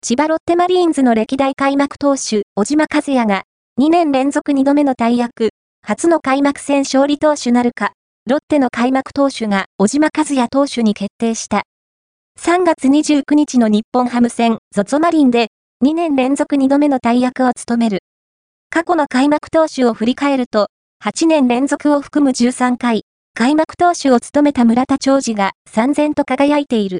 千葉ロッテマリーンズの歴代開幕投手、小島和也が、2年連続2度目の大役、初の開幕戦勝利投手なるか、ロッテの開幕投手が小島和也投手に決定した。3月29日の日本ハム戦、ZOZO マリンで、2年連続2度目の大役を務める。過去の開幕投手を振り返ると、8年連続を含む13回、開幕投手を務めた村田兆治が燦然と輝いている。